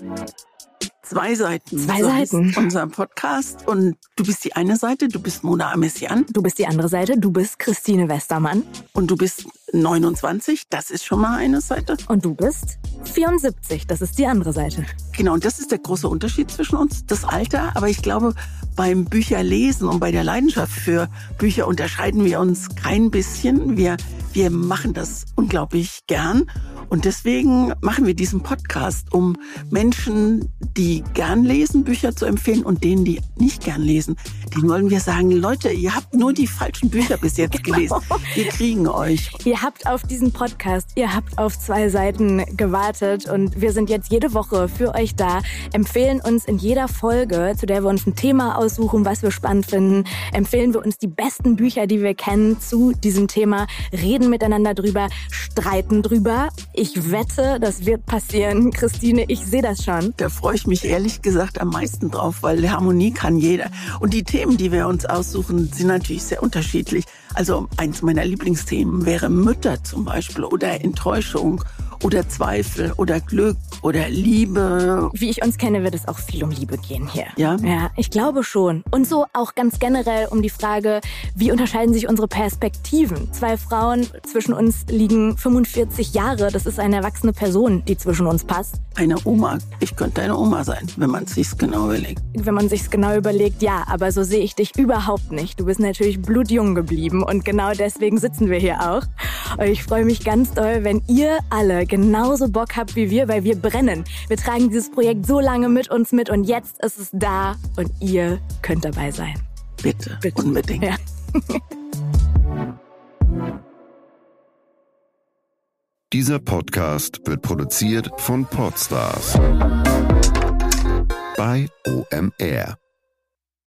Zwei Seiten. Zwei Seiten. Ist unser Podcast. Und du bist die eine Seite, du bist Mona Amessian. Du bist die andere Seite, du bist Christine Westermann. Und du bist 29, das ist schon mal eine Seite. Und du bist 74, das ist die andere Seite. Genau, und das ist der große Unterschied zwischen uns, das Alter. Aber ich glaube, beim Bücherlesen und bei der Leidenschaft für Bücher unterscheiden wir uns kein bisschen. Wir machen das unglaublich gern. Und deswegen machen wir diesen Podcast, um Menschen, die gern lesen, Bücher zu empfehlen und denen, die nicht gern lesen, denen wollen wir sagen, Leute, ihr habt nur die falschen Bücher bis jetzt gelesen. Wir kriegen euch. Ihr habt auf diesen Podcast, ihr habt auf zwei Seiten gewartet und wir sind jetzt jede Woche für euch da, empfehlen uns in jeder Folge, zu der wir uns ein Thema aussuchen, was wir spannend finden, empfehlen wir uns die besten Bücher, die wir kennen zu diesem Thema, reden miteinander drüber, streiten drüber. Ich wette, das wird passieren. Christine, ich sehe das schon. Da freue ich mich ehrlich gesagt am meisten drauf, weil Harmonie kann jeder. Und die Themen, die wir uns aussuchen, sind natürlich sehr unterschiedlich. Also eins meiner Lieblingsthemen wäre Mütter zum Beispiel oder Enttäuschung oder Zweifel oder Glück oder Liebe. Wie ich uns kenne, wird es auch viel um Liebe gehen hier. Ja? Ja, ich glaube schon. Und so auch ganz generell um die Frage, wie unterscheiden sich unsere Perspektiven? Zwei Frauen, zwischen uns liegen 45 Jahre. Das ist eine erwachsene Person, die zwischen uns passt. Eine Oma. Ich könnte eine Oma sein, wenn man es sich genau überlegt. Wenn man sich's genau überlegt, ja. Aber so sehe ich dich überhaupt nicht. Du bist natürlich blutjung geblieben. Und genau deswegen sitzen wir hier auch. Und ich freue mich ganz doll, wenn ihr alle genauso Bock habt wie wir, weil wir brennen. Wir tragen dieses Projekt so lange mit uns mit und jetzt ist es da und ihr könnt dabei sein. Bitte. Unbedingt. Ja. Dieser Podcast wird produziert von Podstars bei OMR.